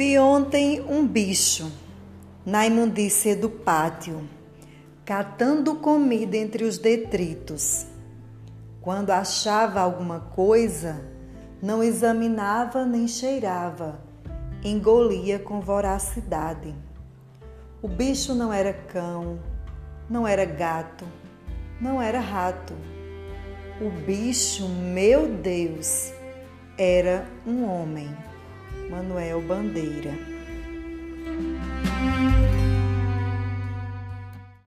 Vi ontem um bicho na imundície do pátio, catando comida entre os detritos. Quando achava alguma coisa, não examinava nem cheirava, engolia com voracidade. O bicho não era cão, não era gato, não era rato. O bicho, meu Deus, era um homem. Manuel Bandeira.